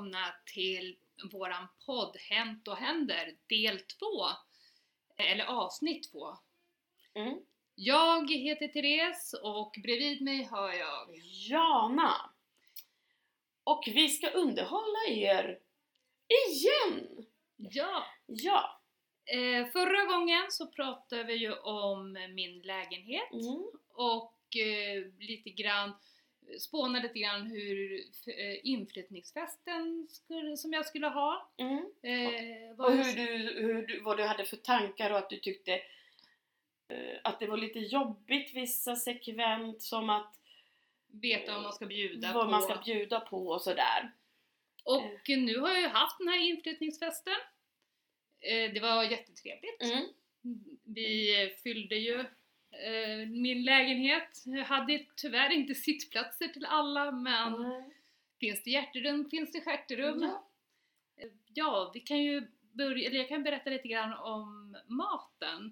välkomna till våran podd Hänt och händer del 2, eller avsnitt 2. Jag heter Therese och bredvid mig har jag Jana. Och vi ska underhålla er igen. Ja. Förra gången så pratade vi ju om min lägenhet och lite grann spånade lite grann hur inflyttningsfesten som jag skulle ha. Och vad du hade för tankar och att du tyckte att det var lite jobbigt vissa sekvent, som att veta vad man ska bjuda vad på. man ska bjuda på och sådär. Och nu har jag ju haft den här inflyttningsfesten. Det var jättetrevligt. Vi fyllde ju min lägenhet. Jag hade tyvärr inte sittplatser till alla, men finns det hjärterum, finns det stjärterum. Ja, vi kan ju börja, eller jag kan berätta lite grann om maten.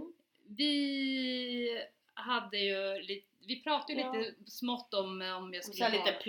Vi hade ju vi pratade ju lite smått om jag skulle ha lite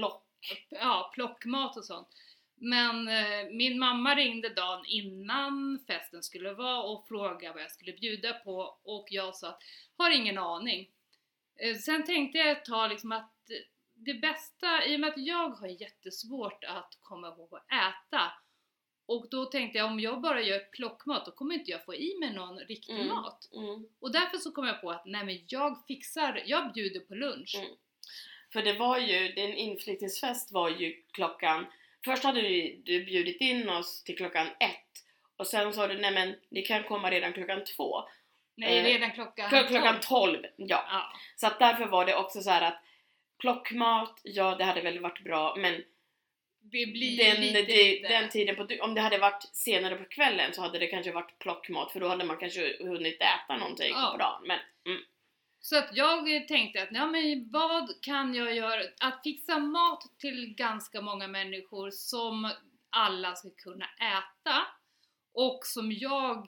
plockmat och sånt. Men min mamma ringde dagen innan festen skulle vara och frågade vad jag skulle bjuda på, och jag sa att har ingen aning. Sen tänkte jag ta liksom att det bästa, i och med att jag har jättesvårt att komma ihåg att äta, och då tänkte jag, om jag bara gör plockmat då kommer inte jag få i mig någon riktig mat. Och därför så kom jag på att nej, men jag bjuder på lunch. För det var ju, den inflyttningsfest var ju klockan, först hade du bjudit in oss till klockan 1 och sen sa du, nej men ni kan komma redan klockan 2. Nej, redan klockan 12. Ja. Så att därför var det också så här att plockmat, ja det hade väl varit bra, men det blir den tiden om det hade varit senare på kvällen så hade det kanske varit plockmat, för då hade man kanske hunnit äta någonting på dagen. Men, Så att jag tänkte att men vad kan jag göra? Att fixa mat till ganska många människor som alla ska kunna äta, och som jag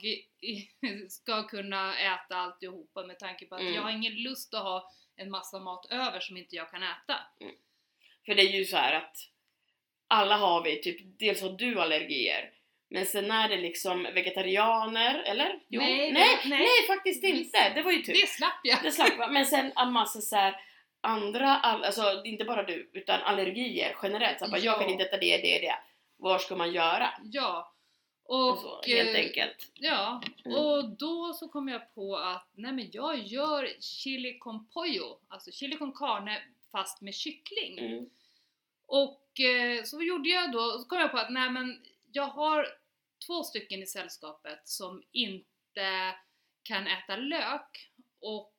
ska kunna äta alltihopa, med tanke på att jag har ingen lust att ha en massa mat över som inte jag kan äta. För det är ju så här att alla har vi, typ, dels har du allergier, men sen är det liksom vegetarianer, eller? Jo. Nej, faktiskt inte. Det var ju tur. Det slapp jag. Men sen en massa så här andra, alltså inte bara du, utan allergier generellt. Så jag kan inte äta det. Vad ska man göra? Ja. Och så, helt enkelt. Ja, och då så kom jag på att nej, men jag gör chili con pollo, alltså chili con carne fast med kyckling. Och så gjorde jag då, och så kom jag på att nej, men jag har 2 stycken i sällskapet som inte kan äta lök och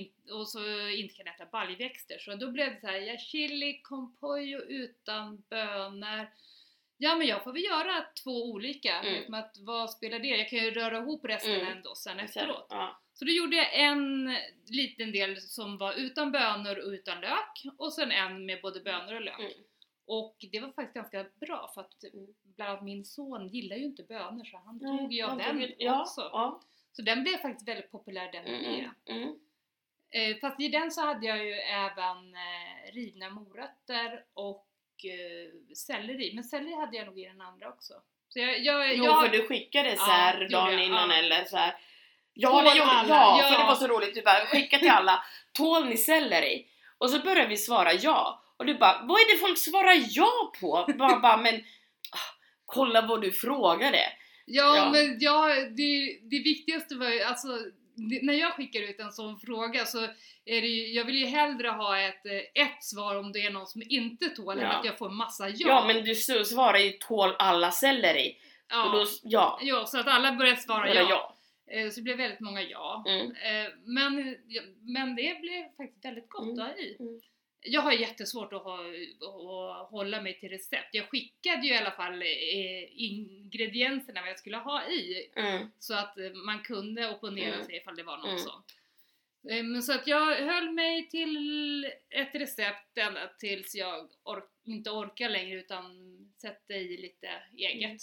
så inte kan äta baljväxter. Så då blev det så här, chili con pollo utan bönor. Ja, men jag får väl göra 2 olika. Att, vad spelar det? Jag kan ju röra ihop resten ändå sen efteråt. Så då gjorde jag en liten del som var utan bönor och utan lök. Och sen en med både bönor och lök. Och det var faktiskt ganska bra, för att bland annat min son gillar ju inte bönor, så han tog ju av den också. Så den blev faktiskt väldigt populär, den med. Fast i den så hade jag ju även rivna morötter och selleri. Men selleri hade jag nog i den andra också. Så för du skickade så här dagen innan eller så här. För det var så roligt. Du bara, skicka till alla. Tål ni selleri? Och så började vi svara ja. Och du bara, vad är det folk svarar ja på? Men kolla vad du frågade. Men det viktigaste var ju, alltså, när jag skickar ut en sån fråga så är det ju, jag vill ju hellre ha ett svar om det är någon som inte tål än att jag får massa ja. Ja, men du svarar ju tål alla selleri. Ja. Och då, ja, så att alla börjar svara ja. Så det blev väldigt många ja. Men det blev faktiskt väldigt gott att ha i. Jag har jättesvårt att hålla mig till recept. Jag skickade ju i alla fall ingredienserna vad jag skulle ha i. Så att man kunde opponera sig ifall det var något sånt. Men så att jag höll mig till ett recept ända tills jag inte orkar längre, utan sätter i lite eget.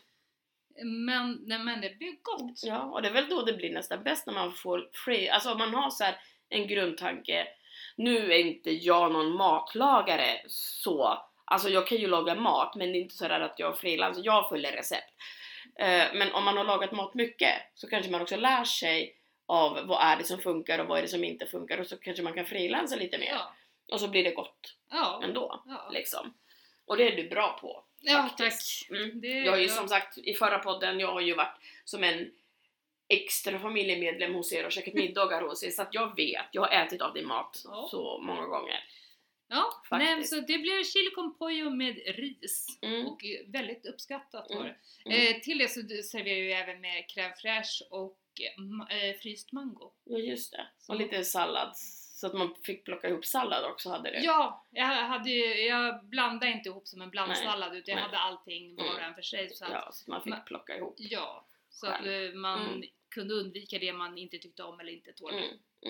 Men det blir gott. Ja, och det är väl då det blir nästan bäst, när man får free. Alltså om man har så här en grundtanke. Nu är inte jag någon matlagare så Alltså jag kan ju laga mat, men det är inte så där att jag frilans, jag följer recept. Men om man har lagat mat mycket så kanske man också lär sig av vad är det som funkar och vad är det som inte funkar, och så kanske man kan frilansa lite mer. Ja. Och så blir det gott ändå. Liksom. Och det är du bra på. Ja, faktiskt. tack. Jag har ju som sagt i förra podden, jag har ju varit som en extra familjemedlem hos er och käkat middagar hos er, så att jag har ätit av din mat så många gånger. Ja, nej, så det blir chili con pollo med ris och väldigt uppskattat var det. Till det så serverar jag ju även med crème fraîche och fryst mango. Ja, just det. Och lite sallad, så att man fick plocka ihop sallad också, hade det. Ja, jag blandade inte ihop som en blandsallad, utan jag hade allting var och en för sig. Så att man fick plocka ihop. Ja, så att man kunde undvika det man inte tyckte om eller inte tålde.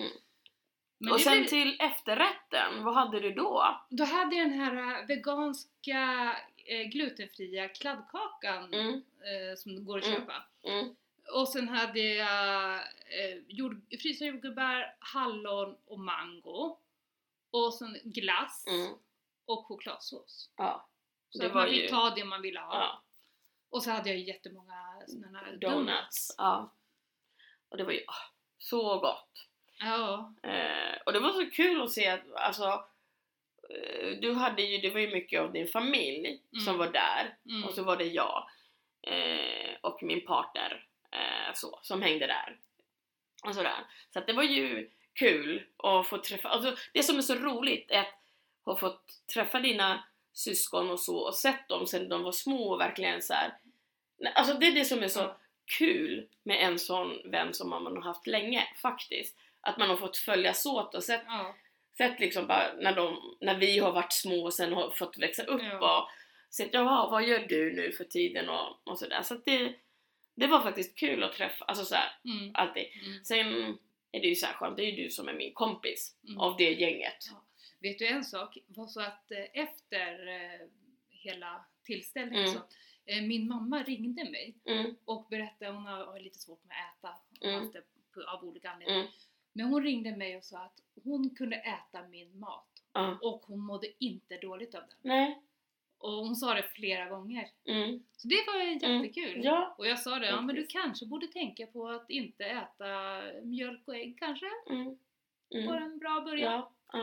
Men och sen till efterrätten, vad hade du då? Då hade jag den här veganska glutenfria kladdkakan som går att köpa. Och sen hade jag frysta jordgubbar, hallon och mango. Och sen glass och chokladsås. Ja. Så att man fick ta det man ville ha. Ja. Och så hade jag jättemånga såna här donuts. Ja. Och det var ju så gott. Ja. Och det var så kul att se att alltså, det var ju mycket av din familj som var där. Och så var det jag och min partner som hängde där. Och sådär. Så att det var ju kul att få träffa, alltså det som är så roligt är att ha fått träffa dina syskon och så, och sett dem sedan de var små och verkligen så här. Alltså det är det som är så kul med en sån vän som man har haft länge faktiskt, att man har fått följas åt och sett liksom bara när vi har varit små och sen har fått växa upp och sett, vad gör du nu för tiden och sådär, så att det var faktiskt kul att träffa, alltså såhär alltid. Sen är det ju så här skönt, det är ju du som är min kompis av det gänget. Vet du en sak? Var så att efter hela tillställningen så min mamma ringde mig och berättade, hon har lite svårt med att äta av olika anledningar. Men hon ringde mig och sa att hon kunde äta min mat och hon mådde inte dåligt av den. Nej. Och hon sa det flera gånger. Så det var jättekul. Ja. Och jag sa det, men du kanske borde tänka på att inte äta mjölk och ägg kanske. För en bra början.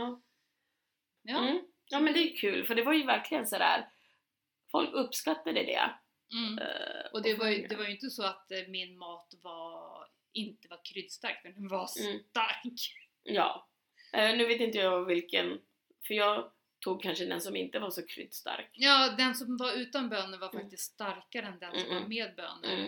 Ja, men det är kul, för det var ju verkligen sådär, folk uppskattade det. Och det var ju inte så att min mat inte var kryddstark, men den var stark. Ja, nu vet inte jag vilken, för jag tog kanske den som inte var så kryddstark. Ja, den som var utan bönor var faktiskt starkare än den som var med bönor.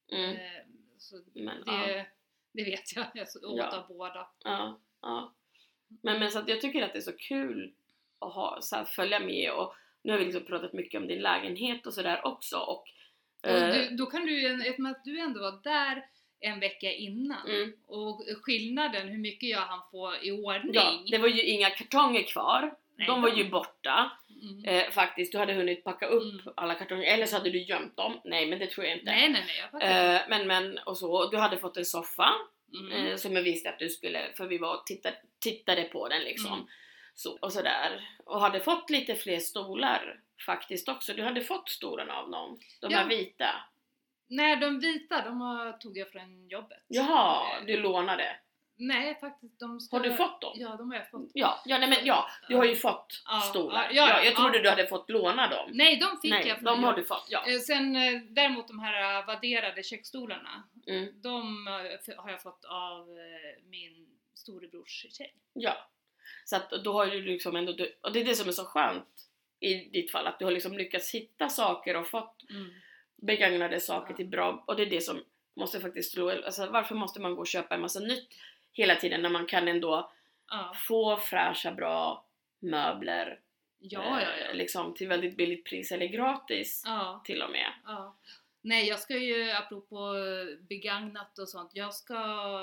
Så men, det vet jag åt av båda. Ja. Men så att jag tycker att det är så kul att ha, så här, följa med, och nu har vi liksom pratat mycket om din lägenhet och sådär också. Och då kan du, eftersom att du ändå var där en vecka innan och skillnaden hur mycket jag hann få i ordning. Ja, det var ju inga kartonger kvar. Nej, de var ju borta. Faktiskt, du hade hunnit packa upp alla kartonger, eller så hade du gömt dem. Nej, men det tror jag inte. Nej, men och så, du hade fått en soffa som jag visste att du skulle, för vi var tittade på den liksom. Så, och sådär. Och hade fått lite fler stolar faktiskt också. Du hade fått stolarna av någon. De här vita. Nej, de vita, tog jag från jobbet. Jaha, du lånade. Nej, faktiskt. Har du fått dem? Ja, de har jag fått. Du har ju fått stolar. Jag trodde du hade fått låna dem. Nej, de fick jag från de har du fått, Sen däremot de här vadderade köksstolarna, de har jag fått av min storebrors tjej. Ja, så att då har du liksom ändå, och det är det som är så skönt i ditt fall, att du har liksom lyckats hitta saker och fått begagnade saker till bra, och det är det som måste faktiskt, alltså varför måste man gå och köpa en massa nytt hela tiden när man kan ändå få fräscha bra möbler liksom till väldigt billigt pris eller gratis till och med. Nej, jag ska ju, apropå begagnat och sånt, jag ska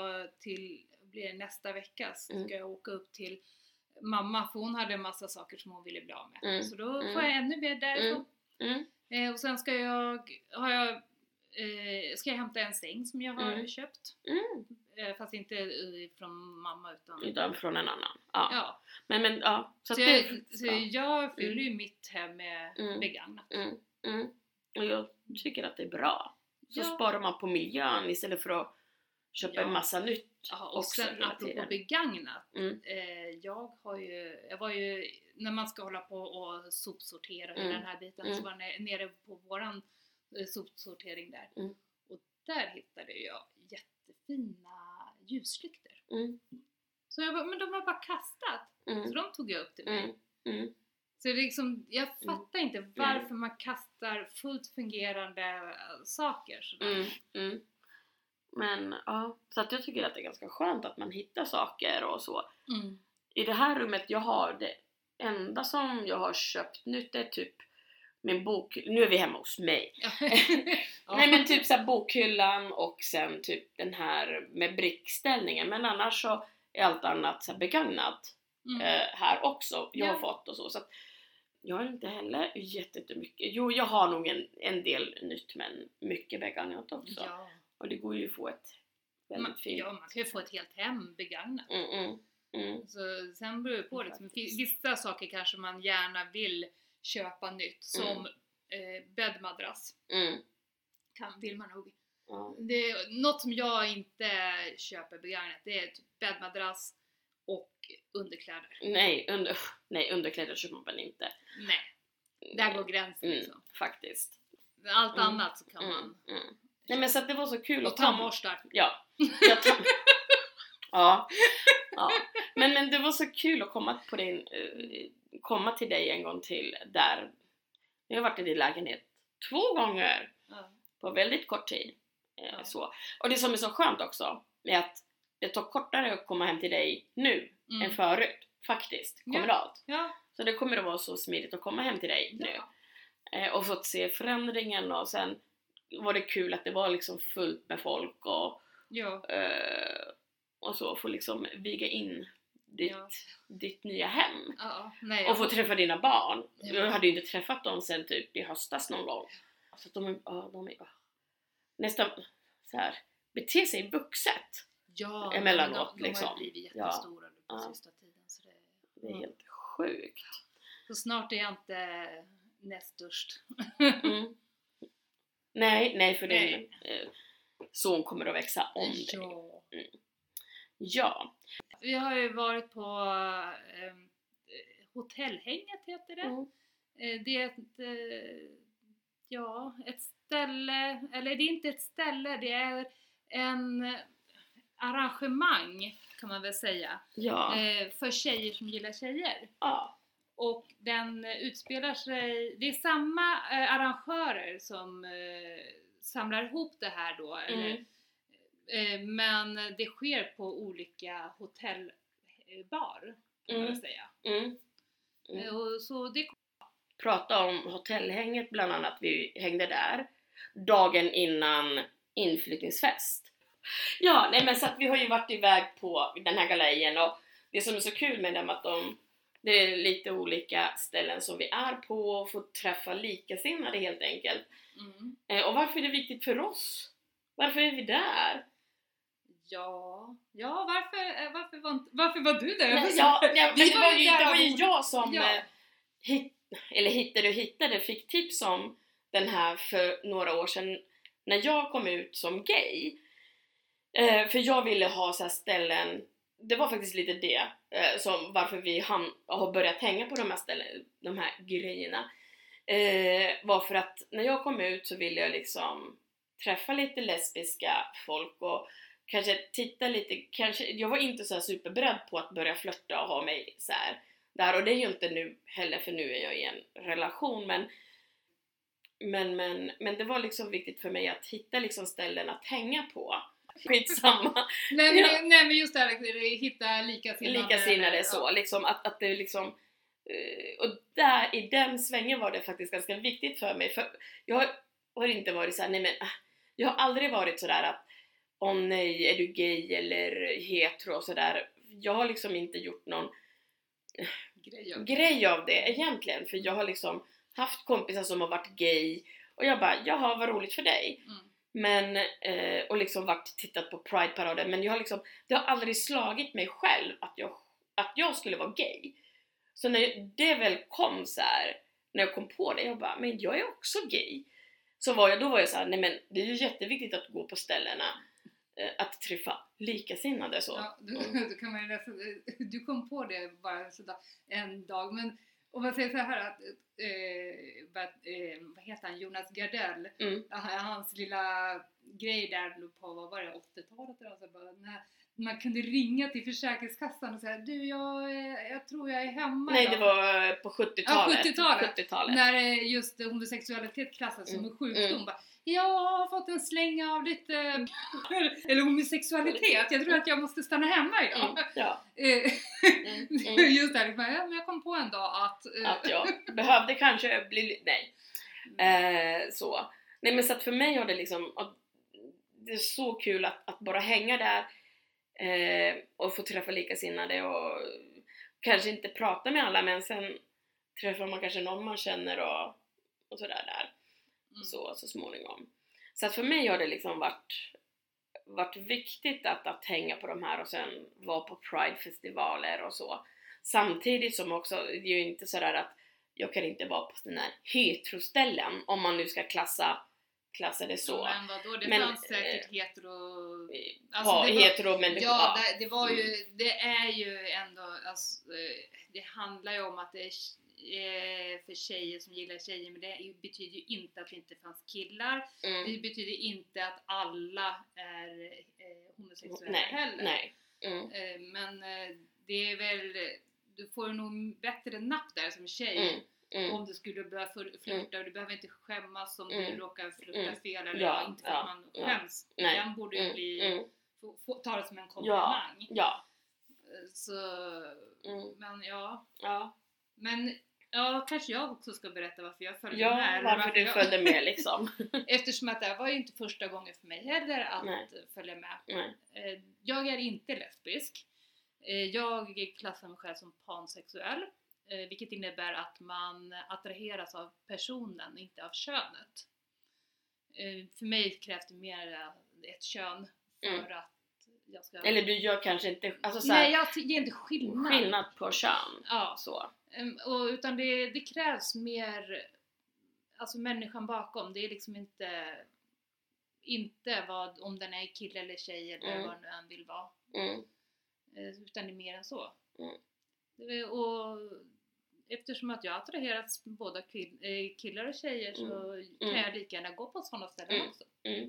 blir nästa vecka så ska jag åka upp till mamma, för hon hade en massa saker som hon ville bli av med. Så då får jag ännu mer därifrån. Och sen ska jag hämta en säng som jag har köpt. Fast inte från mamma utan från en annan. Ja. Ja. Men ja. Så jag fyller ju mitt hem med begagnat. Och jag tycker att det är bra. Så sparar man på miljön istället för att köpa en massa nytt. Ja, och sen apropå begagnat. Jag var ju, när man ska hålla på och sopsortera i den här biten, så var jag nere på våran sopsortering där. Och där hittade jag jättefina ljuslyktor. Så jag bara, men de har bara kastat. Så de tog jag upp till mig. Så det är liksom, jag fattar inte varför man kastar fullt fungerande saker sådär. Men ja, så att jag tycker att det är ganska skönt att man hittar saker och så. I det här rummet jag har, det enda som jag har köpt nytt är typ min bok, nu är vi hemma hos mig. Nej men typ så här bokhyllan och sen typ den här med brickställningen, men annars så är allt annat så här begagnat här också. Jag har fått och så att jag har inte heller jättemycket. Jo, jag har nog en del nytt, men mycket begagnat också. Ja. Och det går ju att få ett väldigt fint. Ja, man kan ju få ett helt hem begagnat. Så sen beror det på liksom, vissa saker kanske man gärna vill köpa nytt, som bäddmadrass. Vill man nog. Det är något som jag inte köper begagnat, det är typ bäddmadrass och underkläder. Nej, underkläder köper man inte. Nej, där går gränsen liksom. Faktiskt. Allt annat så kan man. Nej men så att det var så kul. Och tandborstar. Ja. Ja. Men det var så kul att komma till dig en gång till där. Jag har varit i din lägenhet 2 gånger på väldigt kort tid. Så. Och det som är så skönt också är att det tar kortare att komma hem till dig nu än förut. Faktiskt, kommunalt. Ja. Så det kommer att vara så smidigt att komma hem till dig nu. Och fått se förändringen, och sen var det kul att det var liksom fullt med folk och så få liksom viga in ditt nya hem. Och få träffa dina barn. Jag hade ju inte träffat dem sen typ i höstas någon gång. Så att de är nästan så här bete sig vuxet. Ja, emellanåt de liksom. har blivit jättestora på sista tiden. Så det är helt sjukt. Så snart är jag inte näst störst. Nej, för din son kommer att växa om dig. Ja. Vi har ju varit på Hotellhänget heter det. Det är ett ställe, eller det är inte ett ställe, det är en arrangemang kan man väl säga. För tjejer som gillar tjejer. Och den utspelar sig, det är samma arrangörer som samlar ihop det här då. Men det sker på olika hotellbar kan man väl säga. Och så det prata om hotellhänget bland annat, vi hängde där dagen innan inflyttningsfest. Ja, nej men så att vi har ju varit iväg på den här galejen, och det som är så kul med dem att det är lite olika ställen som vi är på och får träffa likasinnade helt enkelt. Och varför är det viktigt för oss? Varför är vi där? Ja, varför var du där? Det var ju jag som hittade, fick tips om den här för några år sedan när jag kom ut som gay. För jag ville ha så här ställen, det var faktiskt lite det som varför vi har börjat hänga på de här ställen, de här grejerna. Var för att när jag kom ut så ville jag liksom träffa lite lesbiska folk och kanske titta lite, jag var inte så här superberedd på att börja flirta och ha mig så här där, och det är ju inte nu heller, för nu är jag i en relation, men det var liksom viktigt för mig att hitta liksom ställen att hänga på. Skitsamma. nej men just det här, hitta likasinnade så liksom att det liksom och där i den svängen var det faktiskt ganska viktigt för mig, för jag har inte varit så här, jag har aldrig varit så där att nej, är du gay eller hetero och sådär. Jag har liksom inte gjort någon grej av det egentligen, för jag har liksom haft kompisar som har varit gay och jag bara, jaha, vad roligt för dig. Men, och liksom tittat på Pride-parader, men det har aldrig slagit mig själv att jag skulle vara gay. Så när det väl kom så här, när jag kom på det, jag bara, men jag är också gay. Då var jag så här, nej men det är ju jätteviktigt att gå på ställena, att träffa likasinnade så. Ja, då kan man ju läsa, du kom på det bara sådär en dag, men om man säger så här att vad heter han, Jonas Gardell, hans lilla grej där på, vad var det, 80-talet eller så, bara, man kunde ringa till Försäkringskassan och säga, du jag tror jag är hemma. Nej, det var på 70-talet. Ja, 70-talet. När just homosexualitet klassas som en sjukdom. Bara, jag har fått en släng av lite eller homosexualitet. Jag tror att jag måste stanna hemma idag. Just det, men jag kom på en dag att jag behövde kanske bli så. Nej, men så att för mig har det det är så kul att bara hänga där och få träffa likasinnade och kanske inte prata med alla, men sen träffar man kanske någon man känner och sådär där. Så småningom. Så att för mig har det varit viktigt att hänga på de här och sen vara på Pride-festivaler och så. Samtidigt som också, det är ju inte sådär att jag kan inte vara på sådana här heteroställen, om man nu ska klassa det så. Men vadå, det fanns säkert hetero-människor. Ja, det är ju ändå, alltså, det handlar ju om att det är för tjejer som gillar tjejer, men det betyder ju inte att det inte fanns killar. Det betyder inte att alla är homosexuella heller. Nej. Men det är väl, du får nog bättre napp där som tjej. Om du skulle börja flirta, och du behöver inte skämmas om du råkar flirta fel eller inte för att man skäms. Den borde ju bli ta det som en komplimang. Så men men kanske jag också ska berätta varför jag följde med. Varför du följde med liksom. Eftersom att det var ju inte första gången för mig heller att följa med. Jag är inte lesbisk. Jag klassar mig själv som pansexuell. Vilket innebär att man attraheras av personen, inte av könet. För mig krävs det mer ett kön för att jag ska... Eller du gör kanske inte... Alltså nej, jag ger inte skillnad på kön. Ja. Så. Utan det krävs mer... Alltså människan bakom. Det är liksom inte om den är kille eller tjej eller vad den vill vara. Utan det är mer än så. Och eftersom att jag attraherats både killar och tjejer så kan jag lika gärna gå på sådana ställen också.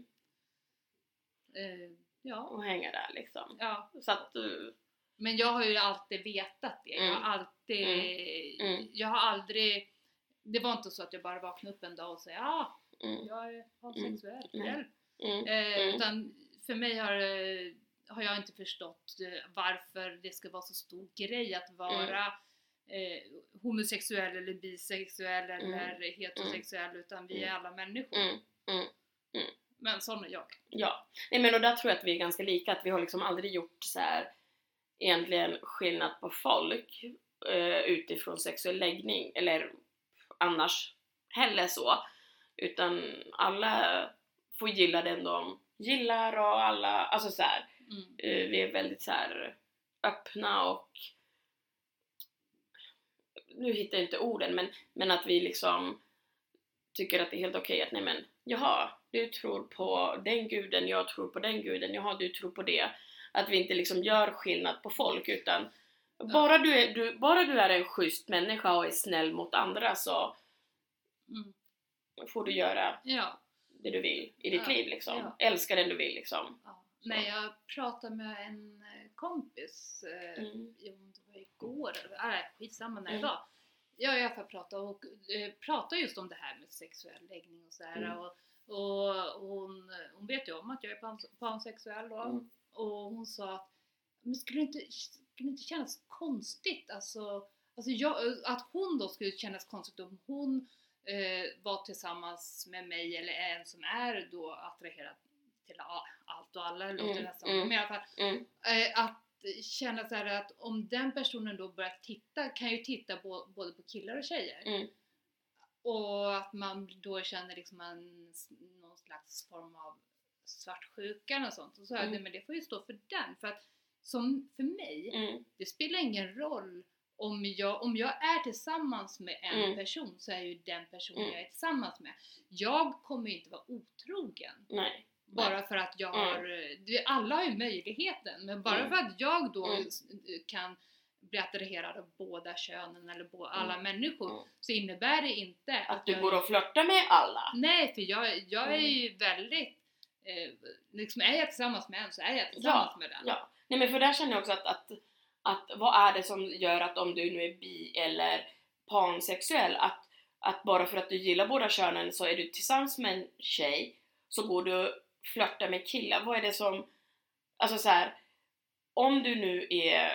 Och hänga där liksom. Ja. Så att men jag har ju alltid vetat det. Jag har aldrig, det var inte så att jag bara vaknade upp en dag och sa jag är pansexuell. Utan för mig har jag inte förstått varför det ska vara så stor grej att vara homosexuell eller bisexuell eller heterosexuell, utan vi är alla människor. Men sån är jag. Ja, nej, men och där tror jag att vi är ganska lika, att vi har liksom aldrig gjort så här egentligen skillnad på folk utifrån sexuell läggning eller annars heller så, utan alla får gilla den de gillar och alla, alltså så här, vi är väldigt så här öppna och nu hittar jag inte orden, men att vi liksom tycker att det är helt okej att nej men, jaha, du tror på den guden, jag tror på den guden, jaha, du tror på det. Att vi inte liksom gör skillnad på folk, utan bara du är en schysst människa och är snäll mot andra, så får du göra det du vill i ditt liv liksom. Älska den du vill liksom. Nej, jag pratade med en kompis det var igår, skitsamma när det var. Jag har i alla fall pratat just om det här med sexuell läggning och sådär. Och hon vet ju om att jag är pansexuell då. Och hon sa att men skulle det inte kännas konstigt alltså att hon då skulle kännas konstigt om hon var tillsammans med mig eller en som är då attraherad till allt och alla, låter nästan, men i alla fall att känna så här att om den personen då börjar kan ju titta både på killar och tjejer och att man då känner liksom någon slags form av svartsjukan och sånt. Och så men det får ju stå för den. För att som för mig, det spelar ingen roll om jag är tillsammans med en person, så är ju den personen jag är tillsammans med. Jag kommer ju inte vara otrogen. Nej. Bara för att jag har, alla har ju möjligheten, men bara för att jag då kan bli attraherad av båda könen eller alla människor, så innebär det inte att du går och flörtar med alla. Nej, för jag är ju väldigt liksom, är jag tillsammans med en, så är jag tillsammans med den. Ja. Nej, men för där känner jag också att vad är det som gör att om du nu är bi eller pansexuell, att bara för att du gillar båda könen så är du tillsammans med en tjej, så går du flörta med killar. Vad är det som, alltså så här, om du nu är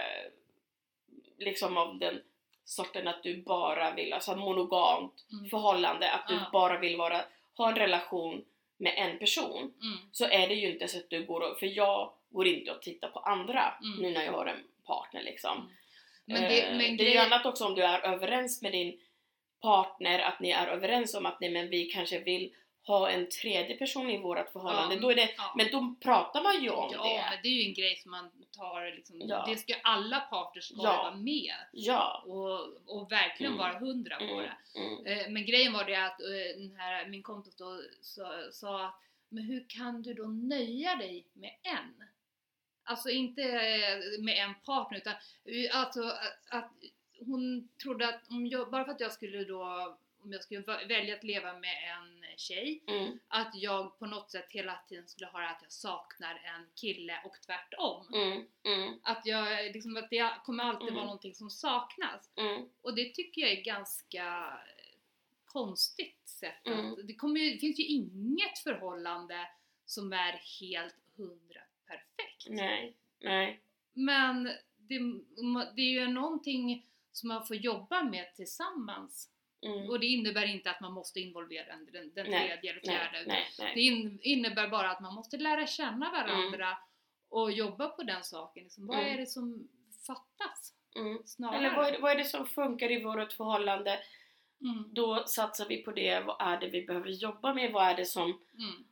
liksom av den sorten att du bara vill, alltså monogamt förhållande, att du bara vill ha en relation med en person, så är det ju inte så att du går, för jag går inte och tittar på andra nu när jag har en partner liksom. Men det är ju annat också om du är överens med din partner, att ni är överens om att men vi kanske vill ha en tredje person i vårt förhållande, då är det, men då pratar man ju om det. Ja, men det är ju en grej som man tar liksom, det ska alla parter ska vara med. Ja. Och verkligen vara 100 på det. Men grejen var det att min kompis då sa att, men hur kan du då nöja dig med en? Alltså inte med en partner, utan alltså att hon trodde att bara för att jag skulle då, om jag skulle välja att leva med en tjej, att jag på något sätt hela tiden skulle ha att jag saknar en kille och tvärtom. Att jag liksom, att det kommer alltid vara någonting som saknas. Och det tycker jag är ganska konstigt sätt att det finns ju inget förhållande som är helt 100 perfekt. Nej. Men det är ju någonting som man får jobba med tillsammans. Och det innebär inte att man måste involvera den tredje eller fjärde. Nej. Det innebär bara att man måste lära känna varandra och jobba på den saken. Liksom, vad är det som fattas? Eller vad är det som funkar i vårt förhållande? Då satsar vi på det. Vad är det vi behöver jobba med? Vad är det som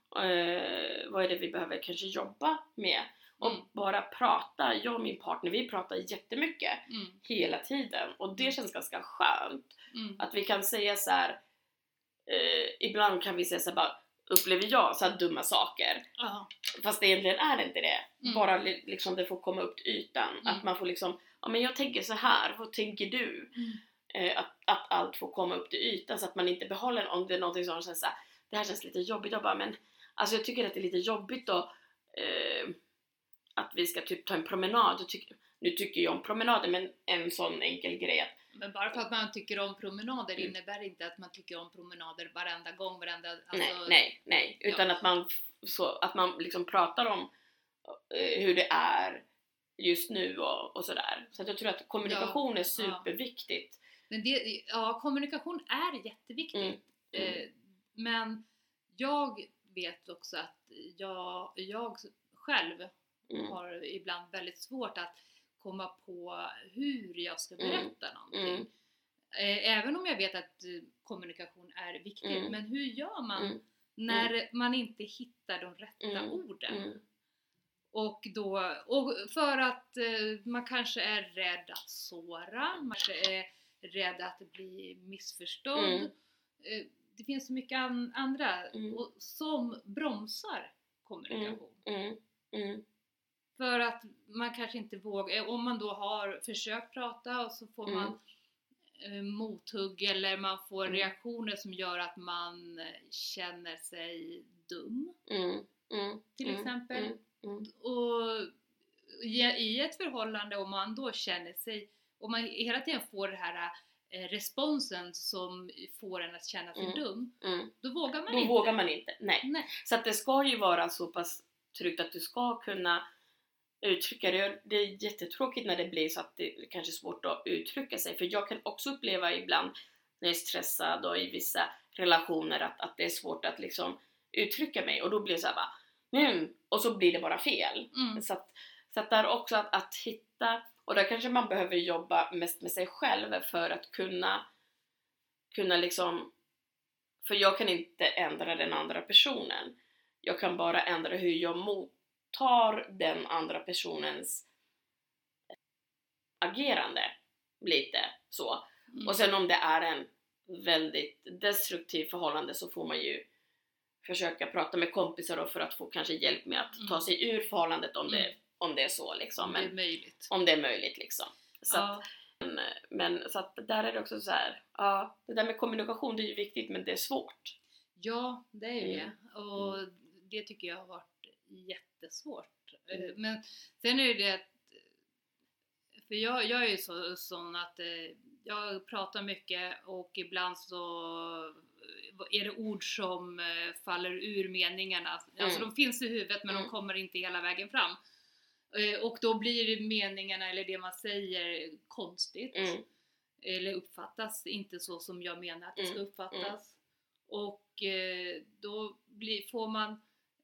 vad är det vi behöver kanske jobba med? Och bara prata. Jag och min partner, vi pratar jättemycket hela tiden. Och det känns ganska skönt. Att vi kan säga så här. Ibland kan vi säga så här, bara, upplever jag så här dumma saker. Fast egentligen är det inte det. Bara liksom det får komma upp till ytan. Att man får liksom, ja men jag tänker så här. Vad tänker du? Att allt får komma upp till ytan. Så att man inte behåller, om det är någonting som känns så här, det här känns lite jobbigt. Jag bara, men alltså jag tycker att det är lite jobbigt då. Att vi ska typ ta en promenad. Nu tycker jag om promenader, men en sån enkel grej. Men bara för att man tycker om promenader innebär inte att man tycker om promenader varenda gång, alltså, nej. Utan att man liksom pratar om hur det är just nu och sådär. Så att jag tror att kommunikation är superviktigt. Men kommunikation är jätteviktigt. Men jag vet också att jag själv har ibland väldigt svårt att komma på hur jag ska berätta någonting. Även om jag vet att kommunikation är viktigt. Men hur gör man när man inte hittar de rätta orden? Och för att man kanske är rädd att såra. Man kanske är rädd att bli missförstådd. Det finns så mycket andra som bromsar kommunikation. För att man kanske inte vågar, om man då har försökt prata och så får man mothugg eller man får reaktioner som gör att man känner sig dum. Till exempel. Och i ett förhållande, om man då känner sig, om man hela tiden får det här responsen som får en att känna sig dum, då vågar man inte. Då vågar man inte, nej. Så att det ska ju vara så pass tryggt att du ska kunna uttrycka det. Det är jättetråkigt när det blir så att det kanske är svårt att uttrycka sig. För jag kan också uppleva ibland när jag är stressad och i vissa relationer att det är svårt att liksom uttrycka mig. Och då blir det så här bara, och så blir det bara fel. Så att där också att hitta, och där kanske man behöver jobba mest med sig själv för att kunna liksom, för jag kan inte ändra den andra personen. jag kan bara ändra hur jag mottar den andra personens agerande lite så. Och sen om det är en väldigt destruktiv förhållande så får man ju försöka prata med kompisar då för att få kanske hjälp med att ta sig ur förhållandet om det är så liksom. Om det är möjligt. Om det är möjligt liksom. Så att, men så att där är det också så här, ja, det där med kommunikation det är ju viktigt men det är svårt. Ja, det är ju det. Och det tycker jag har varit jättesvårt. Men sen är det det att, för jag är ju sån att jag pratar mycket och ibland så är det ord som faller ur meningarna. Alltså de finns i huvudet men de kommer inte hela vägen fram. Och då blir meningarna eller det man säger konstigt. Eller uppfattas inte så som jag menar att det ska uppfattas. Och då får man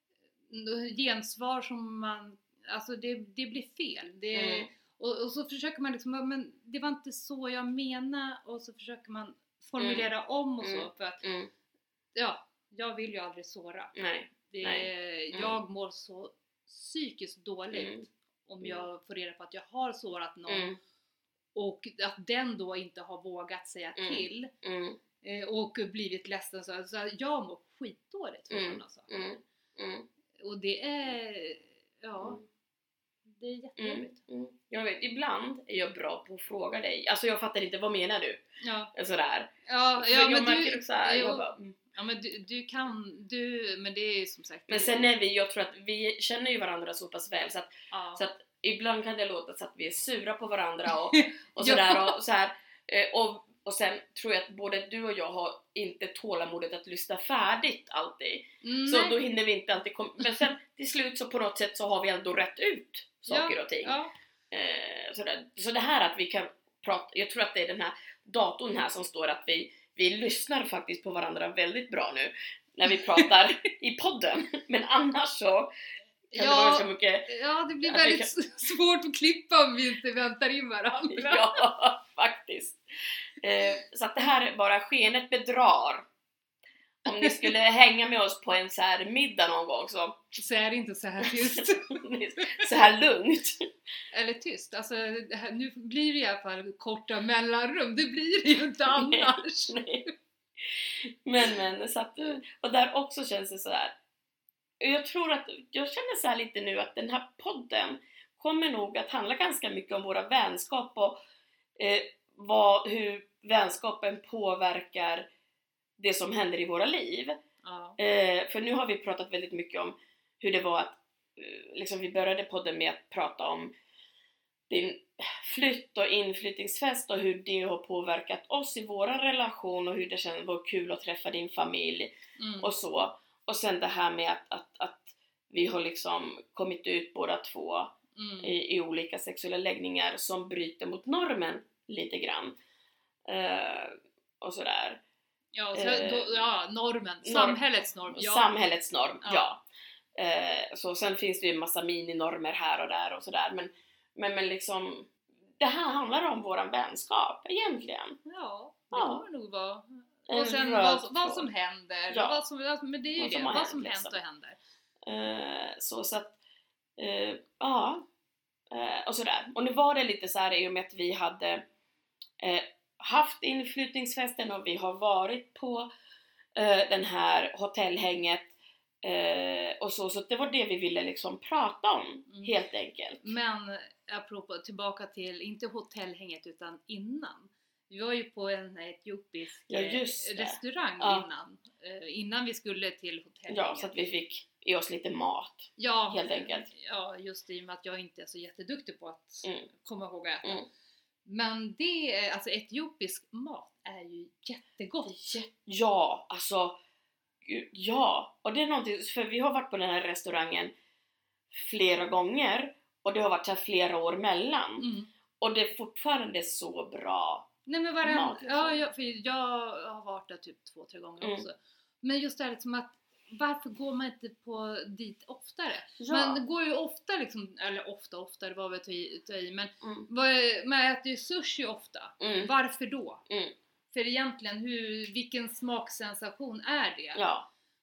gensvar som man, alltså det blir fel. Och så försöker man liksom, men det var inte så jag menade. Och så försöker man formulera om och så. För att, ja, jag vill ju aldrig såra. Jag mår så psykiskt dåligt om jag får reda på att jag har sårat någon. Och att den då inte har vågat säga till. Och blivit ledsen. Så jag mår skitdåligt för sådana saker. Och det är, ja... Det är jättejobbigt. Jag vet, ibland är jag bra på att fråga dig. Alltså jag fattar inte, vad menar du? Ja. Sådär. Ja, jag märker också här, jag bara, ja men men det är ju som sagt. Men sen är jag tror att vi känner ju varandra så pass väl så att ibland kan det låta så att vi är sura på varandra och sådär och så här. Och sen tror jag att både du och jag har inte tålamodet att lyssna färdigt alltid. Så då hinner vi inte alltid men sen till slut så på något sätt så har vi ändå rätt ut saker och ting. Ja. Så det här att vi kan prata, jag tror att det är den här datorn här som står att vi lyssnar faktiskt på varandra väldigt bra nu när vi pratar i podden. Men annars så kan det vara ganska mycket... Ja, det blir väldigt svårt att klippa om vi inte väntar in varandra. Ja, faktiskt. Så att det här är bara skenet bedrar. Om ni skulle hänga med oss på en så här middag någon gång så är det inte så här tyst. Så här lugnt. Eller tyst. Alltså nu blir det i alla fall korta mellanrum. Det blir det ju inte annars. Nej. Men så att, och där också känns det så här. Jag tror att jag känner så här lite nu att den här podden kommer nog att handla ganska mycket om våra vänskap och hur vänskapen påverkar det som händer i våra liv. För nu har vi pratat väldigt mycket om hur det var att liksom vi började podden med att prata om din flytt och inflyttningsfest och hur det har påverkat oss i våran relation och hur det var kul att träffa din familj och så. Och sen det här med att vi har liksom kommit ut båda två i olika sexuella läggningar som bryter mot normen lite grann. Och sådär. Ja, normen. Samhällets norm. Ja. Samhällets norm, ja. Så sen finns det ju en massa mininormer här och där och sådär. Men liksom, det här handlar om våran vänskap egentligen. Ja, det kommer nog vara. Och sen vad som händer. Ja. Men det är ju det. Vad som hänt och händer. Så att, och sådär. Och nu var det lite så här i och med att vi hade haft inflyttningsfesten och vi har varit på den här hotellhänget och så det var det vi ville liksom prata om helt enkelt. Men apropå tillbaka till inte hotellhänget utan innan. Vi var ju på en etiopisk restaurang innan vi skulle till hotellhänget. Ja, så att vi fick i oss lite mat helt enkelt. Ja, just i och med att jag inte är så jätteduktig på att komma ihåg att äta. Men det, alltså etiopisk mat är ju jättegott. Ja, alltså ja, och det är någonting, för vi har varit på den här restaurangen flera gånger och det har varit här flera år mellan och det är fortfarande så bra. Nej men för jag har varit där typ 2-3 gånger också. Men just det här liksom att varför går man inte på dit oftare? Man går ju ofta liksom, eller ofta, det var väl ta i, men man äter ju sushi ofta. Varför då? För egentligen, vilken smaksensation är det? Ja.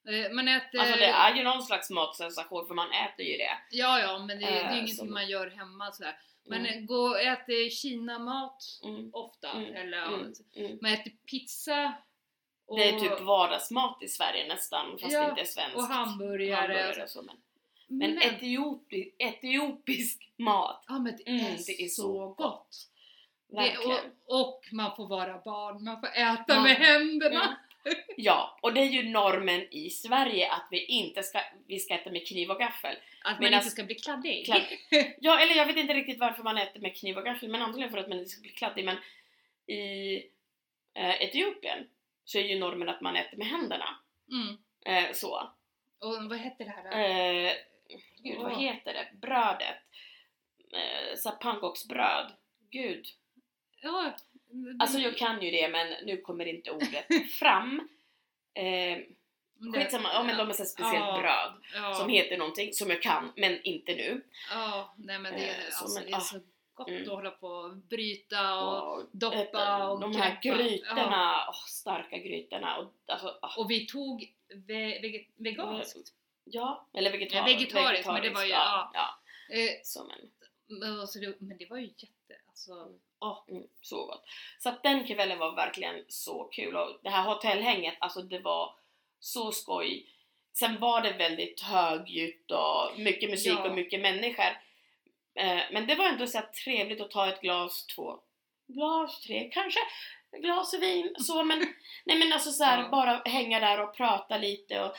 Man äter... Alltså det är ju någon slags matsensation för man äter ju det. Ja, men det är ingenting man gör hemma sådär. Man går och äter Kina-mat ofta. Eller man äter pizza. Och... Det är typ vardagsmat i Sverige nästan, fast det inte är svenskt. Och hamburgare. Och så, men etiopisk mat. Ja, men det är så gott. Och man får vara barn, man får äta med händerna. Ja, och det är ju normen i Sverige att vi ska äta med kniv och gaffel. Att man inte ska bli kladdig. Ja, eller jag vet inte riktigt varför man äter med kniv och gaffel, men antagligen för att man inte ska bli kladdig. Men i Etiopien så är ju normen att man äter med händerna. Så. Och vad heter det här då? Vad heter det? Brödet. Så pannkakssbröd. Gud. Ja. Alltså jag kan ju det, men nu kommer inte ordet fram. Skitsamma, men de är så speciellt bröd som heter någonting som jag kan, men inte nu. Ja, nej men det är så gott att hålla på och bryta och doppa och de här grytorna, starka grytorna och vi tog veganskt. Ja, eller vegetariskt, men det var ju men det var ju så gott. Så att den kvällen var verkligen så kul, och det här hotellhänget, alltså det var så skoj. Sen var det väldigt högljutt och mycket musik och mycket människor. Men det var ändå så trevligt att ta ett glas, 2 glas, 3 kanske, glas vin så, men nej men alltså så här, bara hänga där och prata lite och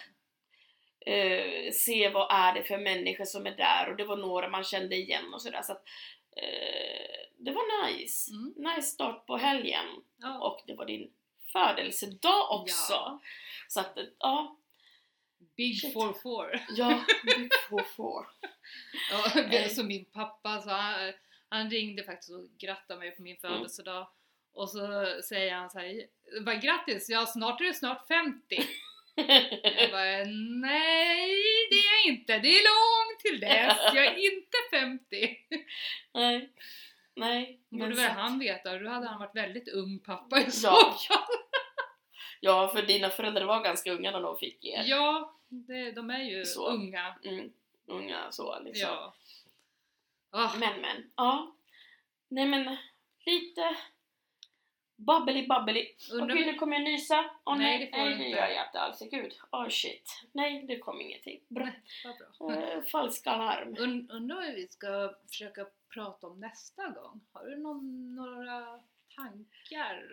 se vad är det för människor som är där, och det var några man kände igen och sådär, så att det var nice. Nice start på helgen. Och det var din födelsedag också. Så att Big 4-4. Ja, Big 4-4. Så min pappa så han ringde faktiskt och grattade mig på min födelsedag. Och så säger han så här: vad grattis, snart är du snart 50. Jag bara, nej det är jag inte, det är långt till dess, jag är inte 50. Nej. Borde väl han veta, då hade han varit väldigt ung pappa i så fall. Ja, för dina föräldrar var ganska unga när de fick er. Ja, de är ju så unga. Unga så liksom. Ja. Men, nej men, lite babbeli. Okej, nu kommer jag nysa. Nej, det får du inte. Det gör jag inte alls. Gud, shit. Nej, det kom ingenting. Bra. Bra. Falsk alarm. Undrar vad vi ska försöka prata om nästa gång. Har du några tankar?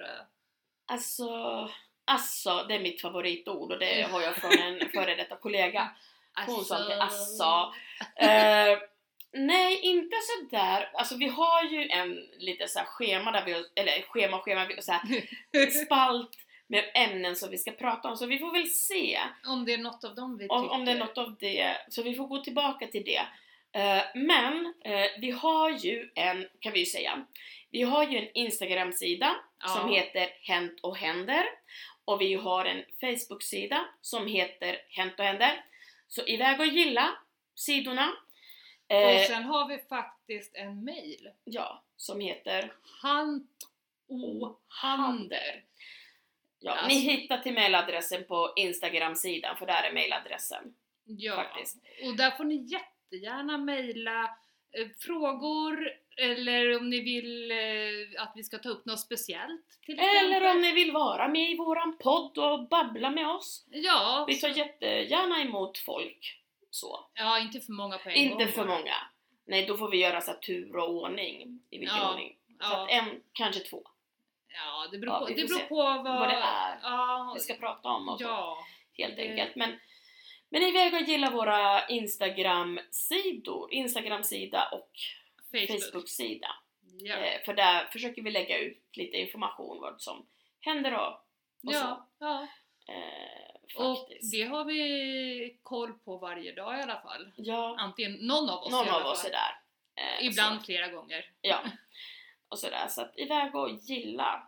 Alltså, det är mitt favoritord, och det har jag från en före detta kollega. Hon sa alltid nej, inte så där. Alltså vi har ju en lite så här schema där schema så här spalt med ämnen som vi ska prata om, så vi får väl se om det är något av dem vi tycker. Om det är något av det, så vi får gå tillbaka till det. Men vi har ju vi har ju en Instagram-sida som heter Hänt och händer, och vi har en Facebook-sida som heter Hänt och händer, så iväg och gilla sidorna. Och sen har vi faktiskt en mail. Ja, som heter Hantohander. Ja, ni hittar till mailadressen på Instagram-sidan, för där är mailadressen. Ja, faktiskt. Och där får ni jättegärna mejla frågor, eller om ni vill att vi ska ta upp något speciellt till exempel. Eller om ni vill vara med i våran podd och babbla med oss. Ja. Vi tar jättegärna emot folk. Så. Ja, inte för många på en gång. Inte för många. Nej, då får vi göra så här tur och ordning. I vilken ordning. Så att kanske 2. Ja, det beror på vad det är vi ska prata om och så, helt enkelt. Men iväg och gilla våra Instagram-sida och Facebook-sida. Ja. För där försöker vi lägga ut lite information vad som händer och så. Ja. Och det har vi koll på varje dag i alla fall. Ja. Antingen någon av oss är där. Ibland flera gånger. Ja. Och sådär, så att iväg och gilla.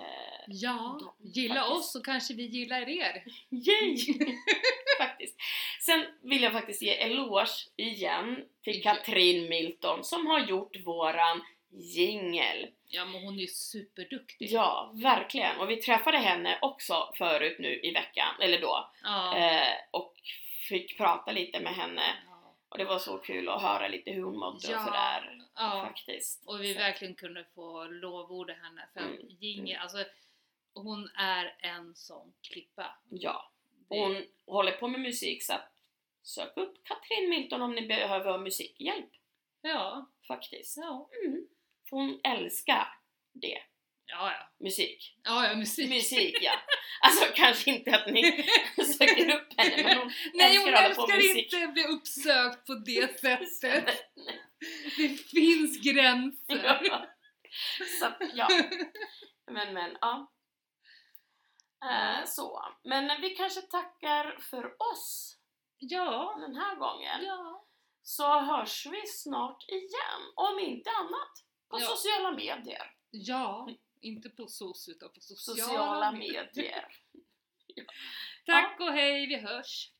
Gilla oss, så kanske vi gillar er. Yay! Faktiskt. Sen vill jag faktiskt ge eloge igen till Katrin Milton som har gjort våran jingel. Ja, men hon är ju superduktig. Ja, verkligen. Och vi träffade henne också förut nu i veckan, eller då. Och fick prata lite med henne. Och det var så kul att höra lite hur hon mådde och sådär. Faktiskt. Och vi verkligen kunde få lovorda henne. För jingel, alltså hon är en sån klippa. Ja. Hon håller på med musik, så att sök upp Katrin Milton om ni behöver musikhjälp. Ja. Faktiskt. Ja. För hon älskar det. Ja. Musik. Ja, musik. Musik, ja. Alltså kanske inte att ni söker upp henne, men hon älskar inte bli uppsökt på det sättet. Det finns gränser. Ja. Så, ja. Men, ja. Så. Men vi kanske tackar för oss. Ja. Den här gången. Ja. Så hörs vi snart igen. Om inte annat. På sociala medier. Ja. Inte på utan på sociala medier. Tack och hej, vi hörs.